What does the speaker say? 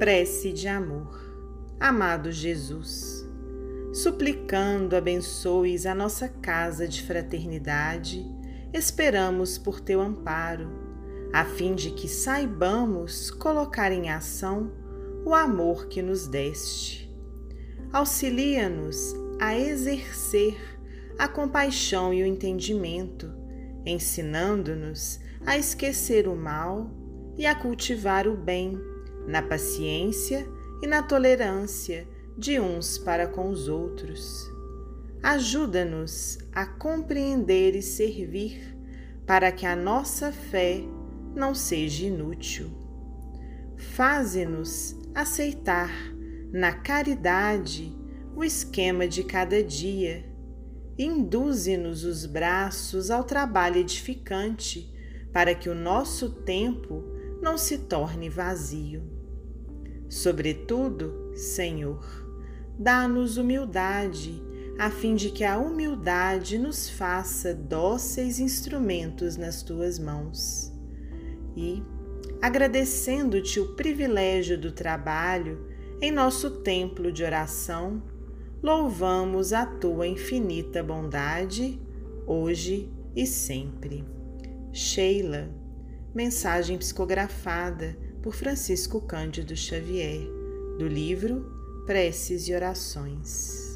Prece de amor. Amado Jesus, suplicando abençoes a nossa casa de fraternidade, esperamos por teu amparo, a fim de que saibamos colocar em ação o amor que nos deste. Auxilia-nos a exercer a compaixão e o entendimento, ensinando-nos a esquecer o mal e a cultivar o bem, na paciência e na tolerância de uns para com os outros. Ajuda-nos a compreender e servir para que a nossa fé não seja inútil. Faze-nos aceitar na caridade o esquema de cada dia. Induze-nos os braços ao trabalho edificante para que o nosso tempo não se torne vazio. Sobretudo, Senhor, dá-nos humildade, a fim de que a humildade nos faça dóceis instrumentos nas tuas mãos. E, agradecendo-te o privilégio do trabalho em nosso templo de oração, louvamos a tua infinita bondade, hoje e sempre. Sheila, mensagem psicografada por Francisco Cândido Xavier, do livro Preces e Orações.